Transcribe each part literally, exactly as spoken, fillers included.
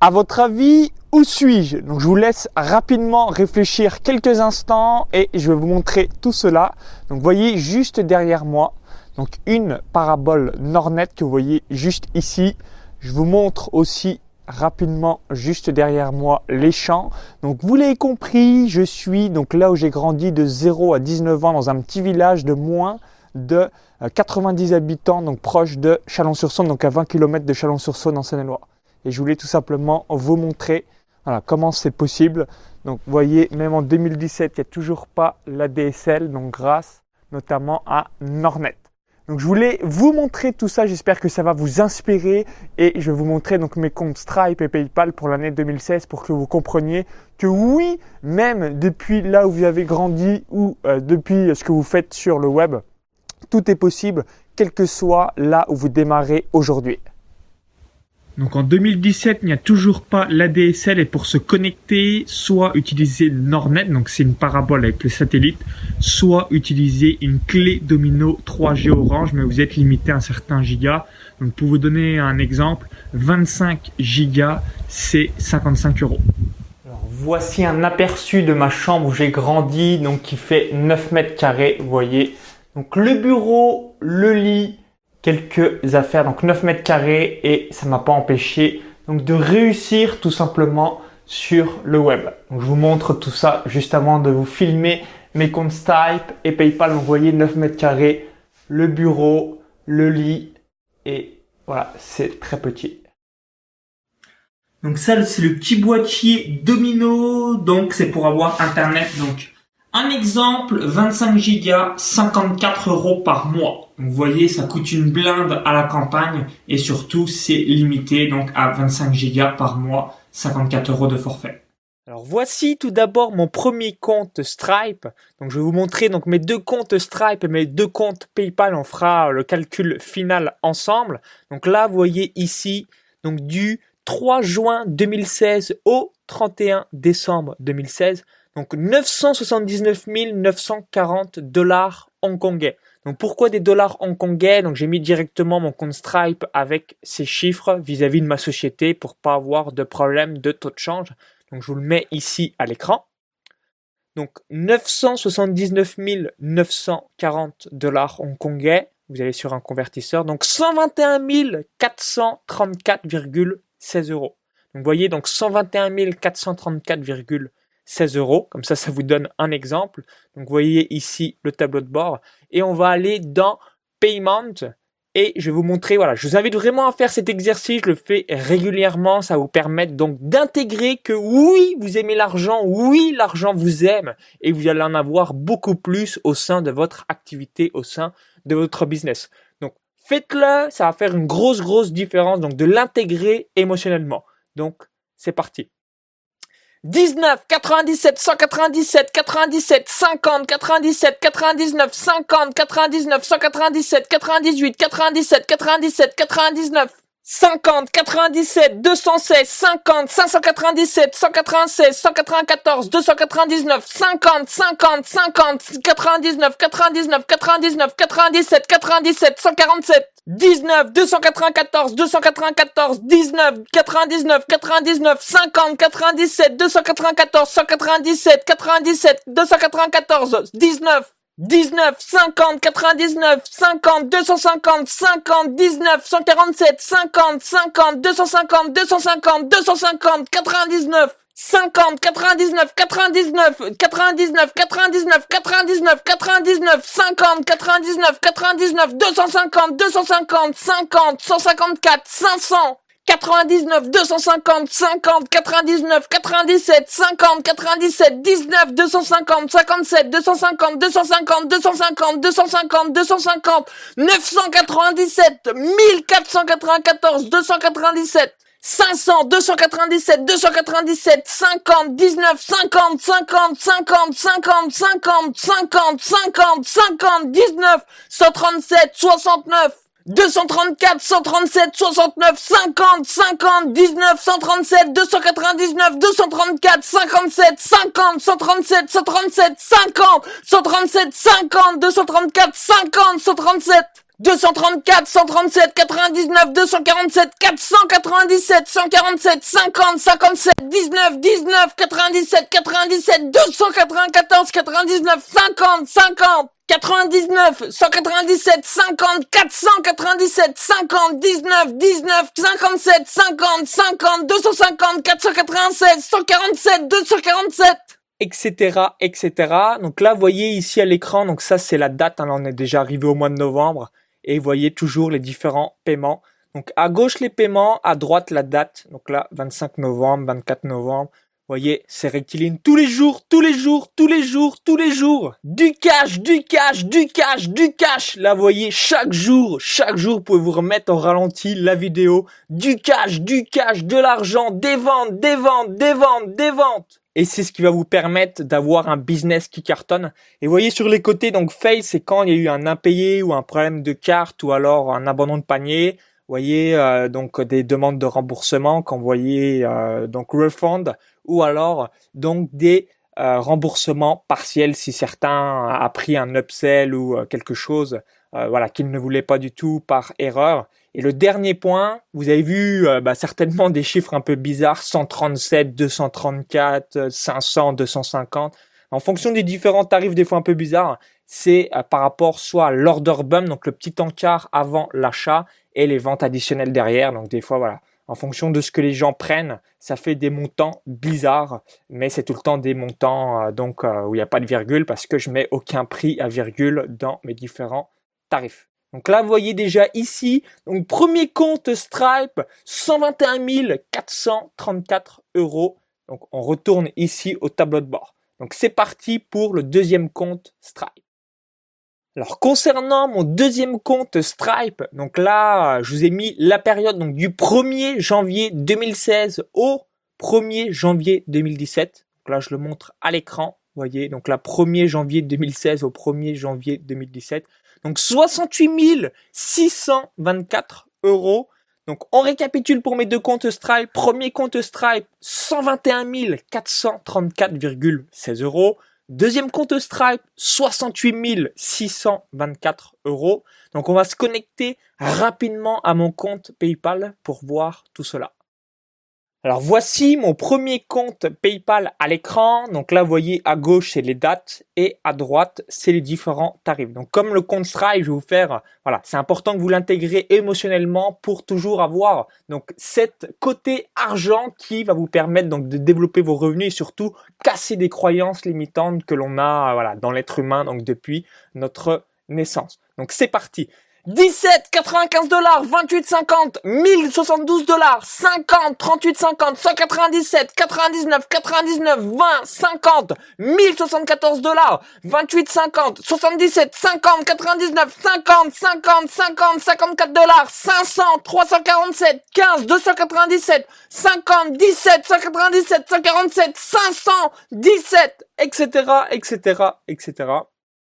À votre avis, où suis-je? Donc je vous laisse rapidement réfléchir quelques instants et je vais vous montrer tout cela. Donc vous voyez juste derrière moi, donc une parabole Nordnet que vous voyez juste ici. Je vous montre aussi rapidement juste derrière moi les champs. Donc vous l'avez compris, je suis donc là où j'ai grandi de zéro à dix-neuf ans dans un petit village de moins de quatre-vingt-dix habitants, donc proche de Chalon-sur-Saône, donc à vingt kilomètres de Chalon-sur-Saône en Saône-et-Loire. Et je voulais tout simplement vous montrer voilà, comment c'est possible. Donc vous voyez, même en deux mille dix-sept, il n'y a toujours pas l'A D S L, donc grâce notamment à Nordnet. Donc je voulais vous montrer tout ça, j'espère que ça va vous inspirer et je vais vous montrer donc mes comptes Stripe et PayPal pour l'année deux mille seize pour que vous compreniez que oui, même depuis là où vous avez grandi ou euh, depuis ce que vous faites sur le web, tout est possible, quel que soit là où vous démarrez aujourd'hui. Donc en deux mille dix-sept, il n'y a toujours pas l'A D S L et pour se connecter, soit utiliser Nordnet, donc c'est une parabole avec le satellite, soit utiliser une clé domino trois G Orange, mais vous êtes limité à un certain giga. Donc pour vous donner un exemple, vingt-cinq gigas, c'est cinquante-cinq euros. Alors, voici un aperçu de ma chambre où j'ai grandi, donc qui fait neuf mètres carrés, vous voyez. Donc le bureau, le lit, quelques affaires, donc neuf mètres carrés et ça m'a pas empêché donc de réussir tout simplement sur le web. Donc je vous montre tout ça juste avant de vous filmer mes comptes Stripe et PayPal. Donc vous voyez neuf mètres carrés, le bureau, le lit et voilà, c'est très petit. Donc ça c'est le petit boîtier domino, donc c'est pour avoir internet. Donc un exemple, vingt-cinq gigas, cinquante-quatre euros par mois. Donc, vous voyez, ça coûte une blinde à la campagne et surtout, c'est limité donc à vingt-cinq gigas par mois, cinquante-quatre euros de forfait. Alors, voici tout d'abord mon premier compte Stripe. Donc, je vais vous montrer donc mes deux comptes Stripe et mes deux comptes PayPal. On fera le calcul final ensemble. Donc là, vous voyez ici, donc du trois juin deux mille seize au trente et un décembre deux mille seize. Donc neuf cent soixante-dix-neuf mille neuf cent quarante dollars hongkongais. Donc pourquoi des dollars hongkongais? Donc j'ai mis directement mon compte Stripe avec ces chiffres vis-à-vis de ma société pour pas avoir de problème de taux de change. Donc je vous le mets ici à l'écran. Donc neuf cent soixante-dix-neuf mille neuf cent quarante dollars hongkongais. Vous allez sur un convertisseur. Donc cent vingt et un mille quatre cent trente-quatre virgule seize euros. Donc vous voyez donc cent vingt et un mille quatre cent trente-quatre virgule seize euros, comme ça, ça vous donne un exemple. Donc, vous voyez ici le tableau de bord et on va aller dans Payment et je vais vous montrer, voilà, je vous invite vraiment à faire cet exercice, je le fais régulièrement, ça va vous permettre donc d'intégrer que oui, vous aimez l'argent, oui, l'argent vous aime et vous allez en avoir beaucoup plus au sein de votre activité, au sein de votre business. Donc, faites-le, ça va faire une grosse, grosse différence, donc de l'intégrer émotionnellement. Donc, c'est parti. dix-neuf, quatre-vingt-dix-sept, cent quatre-vingt-dix-sept, quatre-vingt-dix-sept, cinquante, quatre-vingt-dix-sept, quatre-vingt-dix-neuf, cinquante, quatre-vingt-dix-neuf, cent quatre-vingt-dix-sept, quatre-vingt-dix-huit, quatre-vingt-dix-sept, quatre-vingt-dix-sept, quatre-vingt-dix-neuf, cinquante, quatre-vingt-dix-sept, deux cent seize, cinquante, cinq cent quatre-vingt-dix-sept, cent quatre-vingt-seize, cent quatre-vingt-quatorze, deux cent quatre-vingt-dix-neuf, cinquante, cinquante, cinquante, quatre-vingt-dix-neuf, quatre-vingt-dix-neuf, quatre-vingt-dix-neuf, quatre-vingt-dix-sept, quatre-vingt-dix-sept, cent quarante-sept, dix-neuf, deux cent quatre-vingt-quatorze, deux cent quatre-vingt-quatorze, dix-neuf, quatre-vingt-dix-neuf, quatre-vingt-dix-neuf, cinquante, quatre-vingt-dix-sept, deux cent quatre-vingt-quatorze, cent quatre-vingt-dix-sept, quatre-vingt-dix-sept, deux cent quatre-vingt-quatorze, dix-neuf, dix-neuf, cinquante, quatre-vingt-dix-neuf, cinquante, deux cent cinquante, cinquante, dix-neuf, cent quarante-sept, cinquante, cinquante, deux cent cinquante, deux cent cinquante, deux cent cinquante, quatre-vingt-dix-neuf, cinquante, quatre-vingt-dix-neuf, quatre-vingt-dix-neuf, quatre-vingt-dix-neuf, quatre-vingt-dix-neuf, quatre-vingt-dix-neuf, quatre-vingt-dix-neuf, cinquante, quatre-vingt-dix-neuf, quatre-vingt-dix-neuf, deux cent cinquante, deux cent cinquante, cinquante, cent cinquante-quatre, cinq cents, quatre-vingt-dix-neuf, deux cent cinquante, cinquante, quatre-vingt-dix-neuf, quatre-vingt-dix-sept, cinquante, quatre-vingt-dix-sept, dix-neuf, deux cent cinquante, cinquante-sept, deux cent cinquante, deux cent cinquante, deux cent cinquante, deux cent cinquante, deux cent cinquante, neuf cent quatre-vingt-dix-sept, mille quatre cent quatre-vingt-quatorze, deux cent quatre-vingt-dix-sept, cinq cents, deux cent quatre-vingt-dix-sept, deux cent quatre-vingt-dix-sept, cinquante, dix-neuf, cinquante, cinquante, cinquante, cinquante, cinquante, cinquante, cinquante, cinquante, dix-neuf, cent trente-sept, soixante-neuf, deux cent trente-quatre, cent trente-sept, soixante-neuf, cinquante, cinquante, dix-neuf, cent trente-sept, deux cent quatre-vingt-dix-neuf, deux cent trente-quatre, cinquante-sept, cinquante, cent trente-sept, cent trente-sept, cinquante, cent trente-sept, cinquante, deux cent trente-quatre, cinquante, cent trente-sept, deux cent trente-quatre, cent trente-sept, quatre-vingt-dix-neuf, deux cent quarante-sept, quatre cent quatre-vingt-dix-sept, cent quarante-sept, cinquante, cinquante-sept, dix-neuf, dix-neuf, quatre-vingt-dix-sept, quatre-vingt-dix-sept, deux cent quatre-vingt-quatorze, quatre-vingt-dix-neuf, cinquante, cinquante, quatre-vingt-dix-neuf, cent quatre-vingt-dix-sept, cinquante, quatre cent quatre-vingt-dix-sept, cinquante, dix-neuf, dix-neuf, cinquante-sept, cinquante, cinquante, deux cent cinquante, quatre cent quatre-vingt-seize, cent quarante-sept, deux cent quarante-sept, et cetera, et cetera. Donc là, vous voyez ici à l'écran, donc ça c'est la date, hein, là on est déjà arrivé au mois de novembre, et vous voyez toujours les différents paiements. Donc à gauche les paiements, à droite la date, donc là vingt-cinq novembre, vingt-quatre novembre, vous voyez, c'est rectiligne tous les jours, tous les jours, tous les jours, tous les jours. Du cash, du cash, du cash, du cash. Là, vous voyez, chaque jour, chaque jour, vous pouvez vous remettre en ralenti la vidéo. Du cash, du cash, de l'argent, des ventes, des ventes, des ventes, des ventes. Et c'est ce qui va vous permettre d'avoir un business qui cartonne. Et vous voyez sur les côtés, donc fail, c'est quand il y a eu un impayé ou un problème de carte ou alors un abandon de panier. Vous voyez, euh, donc des demandes de remboursement, quand vous voyez euh, donc refund, ou alors donc des euh, remboursements partiels si certains a pris un upsell ou euh, quelque chose euh, voilà qu'il ne voulait pas du tout par erreur. Et le dernier point, vous avez vu euh, bah, certainement des chiffres un peu bizarres, cent trente-sept, deux cent trente-quatre, cinq cents, deux cent cinquante. En fonction des différents tarifs des fois un peu bizarres, c'est euh, par rapport soit à l'order bump, donc le petit encart avant l'achat, et les ventes additionnelles derrière. Donc des fois, voilà, en fonction de ce que les gens prennent, ça fait des montants bizarres, mais c'est tout le temps des montants euh, donc euh, où il n'y a pas de virgule parce que je mets aucun prix à virgule dans mes différents tarifs. Donc là, vous voyez déjà ici, donc premier compte Stripe, cent vingt et un mille quatre cent trente-quatre euros. Donc on retourne ici au tableau de bord. Donc c'est parti pour le deuxième compte Stripe. Alors concernant mon deuxième compte Stripe, donc là je vous ai mis la période donc du premier janvier deux mille seize au premier janvier deux mille dix-sept. Donc là je le montre à l'écran, vous voyez, donc là premier janvier deux mille seize au premier janvier deux mille dix-sept. Donc soixante-huit mille six cent vingt-quatre euros. Donc on récapitule pour mes deux comptes Stripe. Premier compte Stripe, cent vingt et un mille quatre cent trente-quatre virgule seize euros. Deuxième compte Stripe, soixante-huit mille six cent vingt-quatre euros. Donc on va se connecter rapidement à mon compte PayPal pour voir tout cela. Alors voici mon premier compte PayPal à l'écran. Donc là vous voyez à gauche c'est les dates et à droite c'est les différents tarifs. Donc comme le compte Stripe, je vais vous faire, voilà, c'est important que vous l'intégrez émotionnellement pour toujours avoir donc cet côté argent qui va vous permettre donc de développer vos revenus et surtout casser des croyances limitantes que l'on a voilà dans l'être humain donc depuis notre naissance. Donc c'est parti. dix-sept, quatre-vingt-quinze dollars, vingt-huit cinquante, mille soixante-douze dollars, cinquante, trente-huit cinquante, cent quatre-vingt-dix-sept, quatre-vingt-dix-neuf, quatre-vingt-dix-neuf, vingt, cinquante, mille soixante-quatorze dollars, vingt-huit cinquante, soixante-dix-sept, cinquante, quatre-vingt-dix-neuf, cinquante, cinquante, cinquante, cinquante-quatre dollars, cinq cents, trois cent quarante-sept, quinze, deux cent quatre-vingt-dix-sept, cinquante, dix-sept, cent quatre-vingt-dix-sept, cent quarante-sept, cinq cent dix-sept, et cetera, et cetera, et cetera.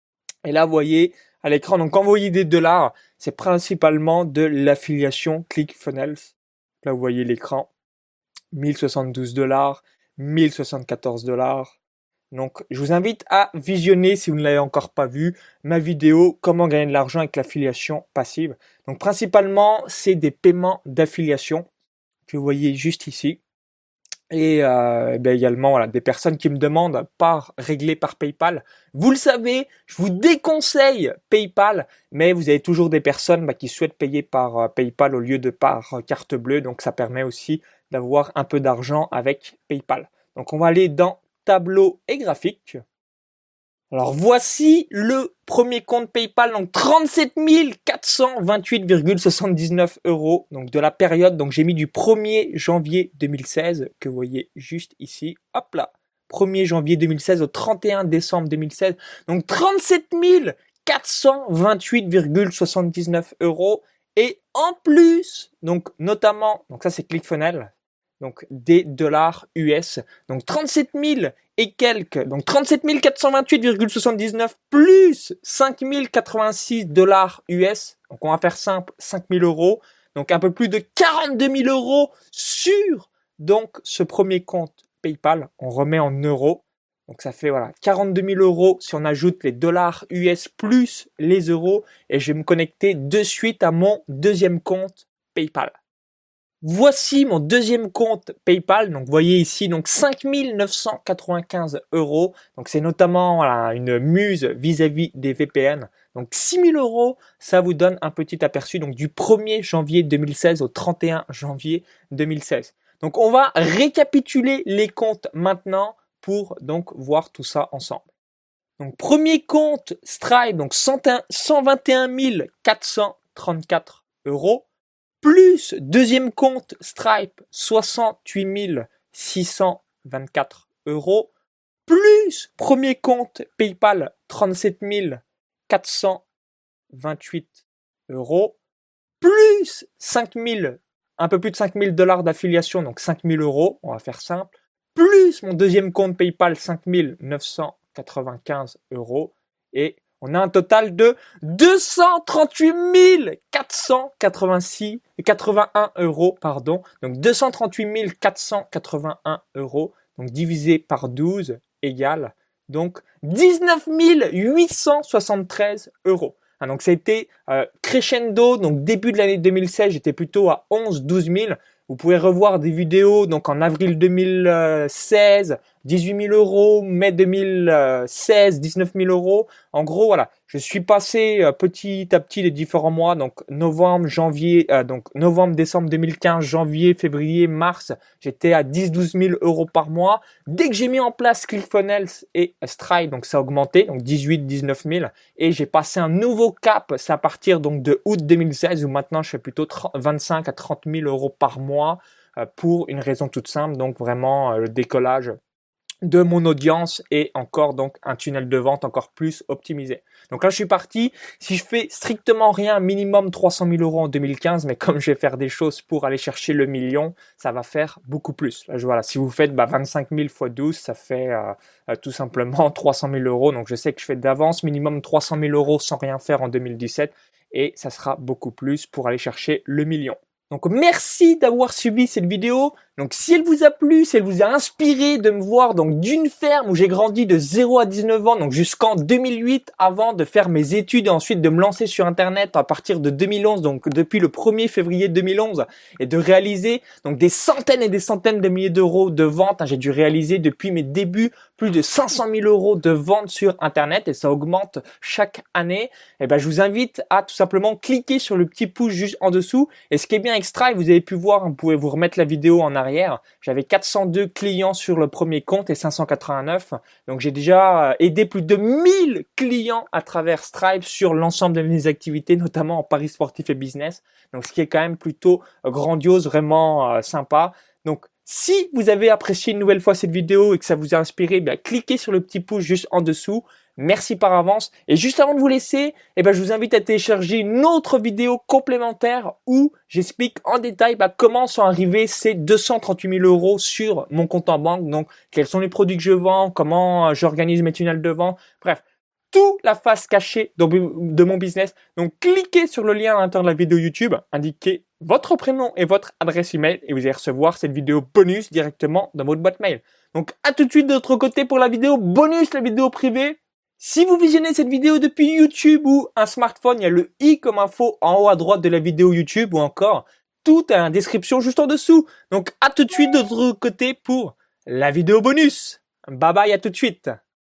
Et là, vous voyez, à l'écran, donc quand vous voyez des dollars, c'est principalement de l'affiliation ClickFunnels. Là, vous voyez l'écran, mille soixante-douze dollars, mille soixante-quatorze dollars. Donc, je vous invite à visionner, si vous ne l'avez encore pas vu, ma vidéo « Comment gagner de l'argent avec l'affiliation passive ». Donc, principalement, c'est des paiements d'affiliation que vous voyez juste ici. Et, euh, et bien également voilà, des personnes qui me demandent par régler par PayPal. Vous le savez, je vous déconseille PayPal, mais vous avez toujours des personnes bah, qui souhaitent payer par euh, PayPal au lieu de par euh, carte bleue, donc ça permet aussi d'avoir un peu d'argent avec PayPal. Donc on va aller dans tableau et graphique. Alors voici le premier compte PayPal, donc trente-sept mille quatre cent vingt-huit virgule soixante-dix-neuf euros, donc de la période, donc j'ai mis du premier janvier deux mille seize, que vous voyez juste ici, hop là, premier janvier deux mille seize au trente et un décembre deux mille seize, donc trente-sept mille quatre cent vingt-huit virgule soixante-dix-neuf euros, et en plus, donc notamment, donc ça c'est ClickFunnels, donc des dollars U S, donc trente-sept mille et quelques, donc trente-sept mille quatre cent vingt-huit virgule soixante-dix-neuf plus cinq mille quatre-vingt-six dollars U S, donc on va faire simple, cinq mille euros, donc un peu plus de quarante-deux mille euros sur donc ce premier compte PayPal, on remet en euros, Donc ça fait voilà quarante-deux mille euros si on ajoute les dollars U S plus les euros. Et je vais me connecter de suite à mon deuxième compte PayPal. Voici mon deuxième compte PayPal. Donc vous voyez ici donc cinq mille neuf cent quatre-vingt-quinze euros. Donc c'est notamment voilà, une muse vis-à-vis des V P N. Donc six mille euros, ça vous donne un petit aperçu donc du premier janvier deux mille seize au trente et un janvier deux mille seize. Donc on va récapituler les comptes maintenant pour donc voir tout ça ensemble. Donc premier compte Stripe, donc cent vingt et un mille quatre cent trente-quatre euros, plus deuxième compte Stripe, soixante-huit mille six cent vingt-quatre euros, plus premier compte PayPal, trente-sept mille quatre cent vingt-huit euros, plus cinq mille, un peu plus de cinq mille dollars d'affiliation, donc cinq mille euros, on va faire simple, plus mon deuxième compte PayPal, cinq mille neuf cent quatre-vingt-quinze euros, et on a un total de deux cent trente-huit mille quatre cent quatre-vingt-six, quatre-vingt-un euros, pardon. Donc deux cent trente-huit mille quatre cent quatre-vingt-un euros, donc divisé par douze égale donc dix-neuf mille huit cent soixante-treize euros. Ah, donc ça a été euh, crescendo, donc début de l'année deux mille seize, j'étais plutôt à onze douze mille. Vous pouvez revoir des vidéos donc en avril deux mille seize, dix-huit mille euros, mai deux mille seize, dix-neuf mille euros. En gros, voilà, je suis passé euh, petit à petit les différents mois, donc novembre, janvier, euh, donc novembre, décembre deux mille quinze, janvier, février, mars, j'étais à dix douze mille euros par mois. Dès que j'ai mis en place ClickFunnels et Stripe, donc ça a augmenté, donc dix-huit dix-neuf mille, et j'ai passé un nouveau cap, c'est à partir donc de août deux mille seize où maintenant je fais plutôt vingt-cinq à trente mille euros par mois. Pour une raison toute simple, donc vraiment le décollage de mon audience et encore donc un tunnel de vente encore plus optimisé. Donc là je suis parti, si je fais strictement rien, minimum trois cent mille euros en deux mille quinze, mais comme je vais faire des choses pour aller chercher le million, ça va faire beaucoup plus. Là, je, voilà, si vous faites bah, vingt-cinq mille fois douze, ça fait euh, euh, tout simplement trois cent mille euros. Donc je sais que je fais d'avance minimum trois cent mille euros sans rien faire en deux mille dix-sept et ça sera beaucoup plus pour aller chercher le million. Donc merci d'avoir suivi cette vidéo. Donc si elle vous a plu, si elle vous a inspiré de me voir donc d'une ferme où j'ai grandi de zéro à dix-neuf ans, donc jusqu'en deux mille huit avant de faire mes études et ensuite de me lancer sur internet à partir de deux mille onze, donc depuis le premier février deux mille onze, et de réaliser donc des centaines et des centaines de milliers d'euros de ventes. J'ai dû réaliser depuis mes débuts plus de cinq cent mille euros de ventes sur internet et ça augmente chaque année. Et ben je vous invite à tout simplement cliquer sur le petit pouce juste en dessous. Et ce qui est bien extra, vous avez pu voir, vous pouvez vous remettre la vidéo en arrière. J'avais quatre cent deux clients sur le premier compte et cinq cent quatre-vingt-neuf. Donc j'ai déjà aidé plus de mille clients à travers Stripe sur l'ensemble de mes activités, notamment en paris sportif et business. Donc ce qui est quand même plutôt grandiose, vraiment euh, sympa. Donc si vous avez apprécié une nouvelle fois cette vidéo et que ça vous a inspiré, bien cliquez sur le petit pouce juste en dessous. Merci par avance. Et juste avant de vous laisser, eh ben, je vous invite à télécharger une autre vidéo complémentaire où j'explique en détail bah, comment sont arrivés ces deux cent trente-huit mille euros sur mon compte en banque. Donc, quels sont les produits que je vends, comment j'organise mes tunnels de vente. Bref, toute la face cachée de mon business. Donc, cliquez sur le lien à l'intérieur de la vidéo YouTube, indiquez votre prénom et votre adresse email et vous allez recevoir cette vidéo bonus directement dans votre boîte mail. Donc, à tout de suite de l'autre côté pour la vidéo bonus, la vidéo privée. Si vous visionnez cette vidéo depuis YouTube ou un smartphone, il y a le i comme info en haut à droite de la vidéo YouTube ou encore tout est en description juste en dessous. Donc à tout de suite de l'autre côté pour la vidéo bonus. Bye bye, à tout de suite.